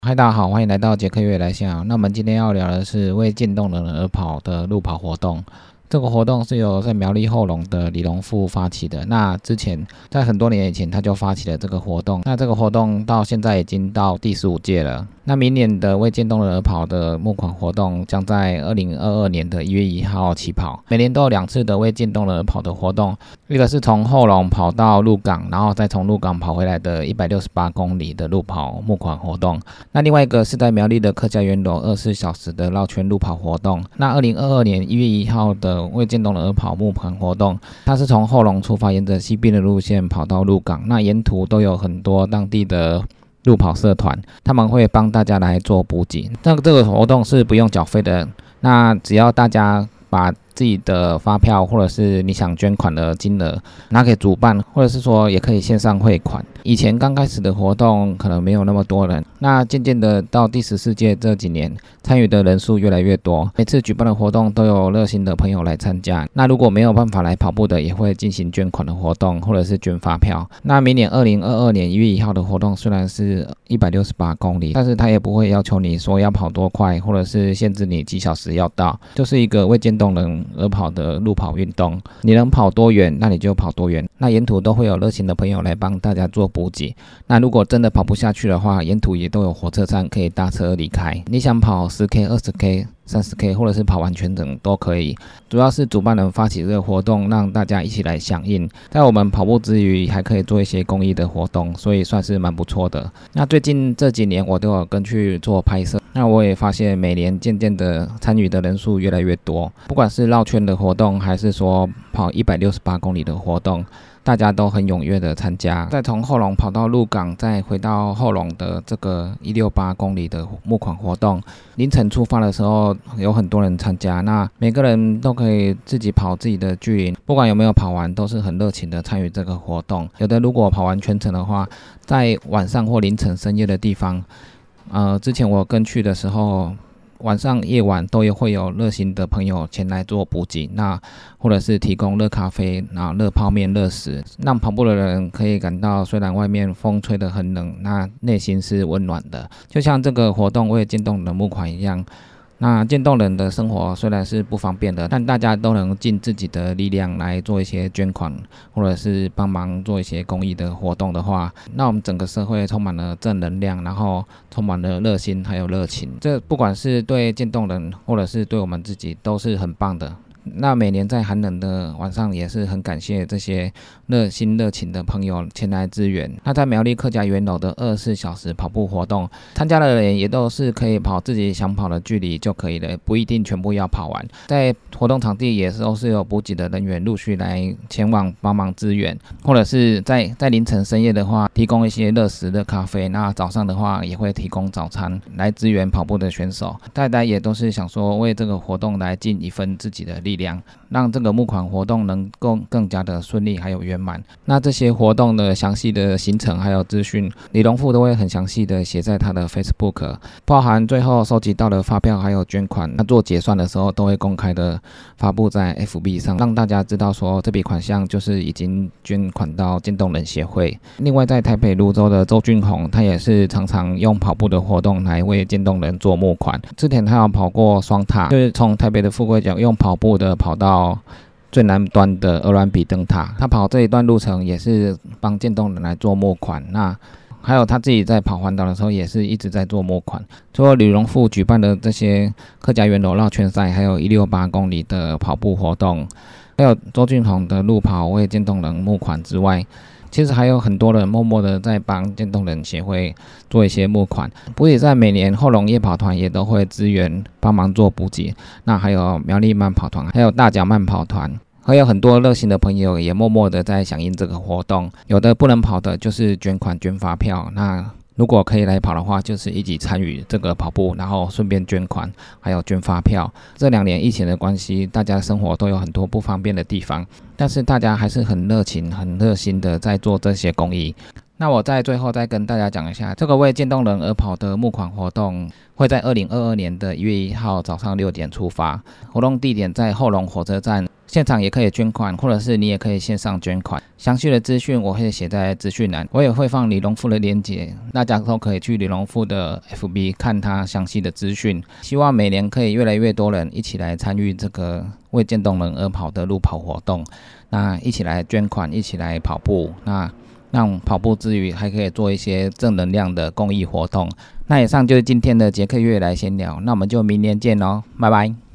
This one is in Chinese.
嗨，大家好，欢迎来到杰克月来下。那我们今天要聊的是为渐冻人而跑的路跑活动。这个活动是由在苗栗后龙的李荣富发起的。那之前在很多年以前他就发起了这个活动。那这个活动到现在已经到第15届了。那明年的为渐冻人而跑的募款活动将在2022年的1月1号起跑。每年都有2次的为渐冻人而跑的活动，一个是从后龙跑到鹿港，然后再从鹿港跑回来的168公里的路跑募款活动。那另外一个是在苗栗的客家园楼24小时的绕圈路跑活动。那2022年1月1号的为渐冻人而跑募款活动，它是从后龙出发，沿着西滨的路线跑到鹿港。那沿途都有很多当地的路跑社团，他们会帮大家来做补给。这个活动是不用缴费的，那只要大家把自己的发票或者是你想捐款的金额拿给主办，或者是说也可以线上汇款。以前刚开始的活动可能没有那么多人，那渐渐的到第14届这几年参与的人数越来越多，每次举办的活动都有热心的朋友来参加。那如果没有办法来跑步的，也会进行捐款的活动或者是捐发票。那明年2022年1月1号的活动虽然是168公里，但是他也不会要求你说要跑多快，或者是限制你几小时要到，就是一个为渐冻人而跑的路跑运动，你能跑多远那你就跑多远。那沿途都会有热心的朋友来帮大家做补给。那如果真的跑不下去的话，沿途也都有火车站可以搭车离开。你想跑10K、20K、30K 或者是跑完全程都可以，主要是主办人发起这个活动，让大家一起来响应。在我们跑步之余还可以做一些公益的活动，所以算是蛮不错的。那最近这几年我都有跟去做拍摄，那我也发现每年渐渐的参与的人数越来越多，不管是绕圈的活动还是说跑168公里的活动，大家都很踊跃的参加。再从后龙跑到鹿港，再回到后龙的这个168公里的募款活动，凌晨出发的时候有很多人参加，那每个人都可以自己跑自己的距离，不管有没有跑完都是很热情的参与这个活动。有的如果跑完全程的话，在晚上或凌晨深夜的地方，之前我跟去的时候，晚上夜晚都会有热心的朋友前来做补给，那或者是提供热咖啡、热泡面、热食，让跑步的人可以感到虽然外面风吹得很冷，那内心是温暖的。就像这个活动为渐冻人募款一样，那渐冻人的生活虽然是不方便的，但大家都能尽自己的力量来做一些捐款，或者是帮忙做一些公益的活动的话，那我们整个社会充满了正能量，然后充满了热心还有热情。这不管是对渐冻人或者是对我们自己都是很棒的。那每年在寒冷的晚上也是很感谢这些热心热情的朋友前来支援。那在苗栗客家园楼的24小时跑步活动，参加的人也都是可以跑自己想跑的距离就可以了，不一定全部要跑完。在活动场地也都是有补给的人员陆续来前往帮忙支援，或者是在凌晨深夜的话提供一些热食热咖啡，那早上的话也会提供早餐来支援跑步的选手。大家也都是想说为这个活动来尽一份自己的力量，让这个募款活动能够更加的顺利还有圆满。那这些活动的详细的行程还有资讯，李荣富都会很详细的写在他的 Facebook， 包含最后收集到的发票还有捐款，那做结算的时候都会公开的发布在 FB 上，让大家知道说这笔款项就是已经捐款到渐冻人协会。另外在台北泸州的周俊宏，他也是常常用跑步的活动来为渐冻人做募款。之前他有跑过双塔，就是从台北的富贵角用跑步的跑到最南端的鹅銮比灯塔，他跑这一段路程也是帮渐冻人来做募款。那还有他自己在跑环岛的时候也是一直在做募款。除了李荣富举办的这些客家园楼绕圈赛，还有168公里的跑步活动，还有周俊宏的路跑为渐冻人募款之外，其实还有很多人默默的在帮渐冻人协会做一些募款。不仅在每年后龙夜跑团也都会支援帮忙做补给，那还有苗栗慢跑团，还有大甲慢跑团，还有很多热心的朋友也默默的在响应这个活动。有的不能跑的就是捐款捐发票，那如果可以来跑的话，就是一起参与这个跑步，然后顺便捐款还有捐发票。这2年疫情的关系，大家生活都有很多不方便的地方，但是大家还是很热情很热心的在做这些公益。 那我在最后再跟大家讲一下，这个为渐冻人而跑的募款活动会在2022年的1月1号早上6点出发，活动地点在后龙火车站，现场也可以捐款，或者是你也可以线上捐款。详细的资讯我会写在资讯栏，我也会放李隆富的链接，大家都可以去李隆富的 FB 看他详细的资讯。希望每年可以越来越多人一起来参与这个为渐冻人而跑的路跑活动，那一起来捐款，一起来跑步，那让跑步之余还可以做一些正能量的公益活动。那以上就是今天的杰克月来闲聊，那我们就明年见咯，拜拜。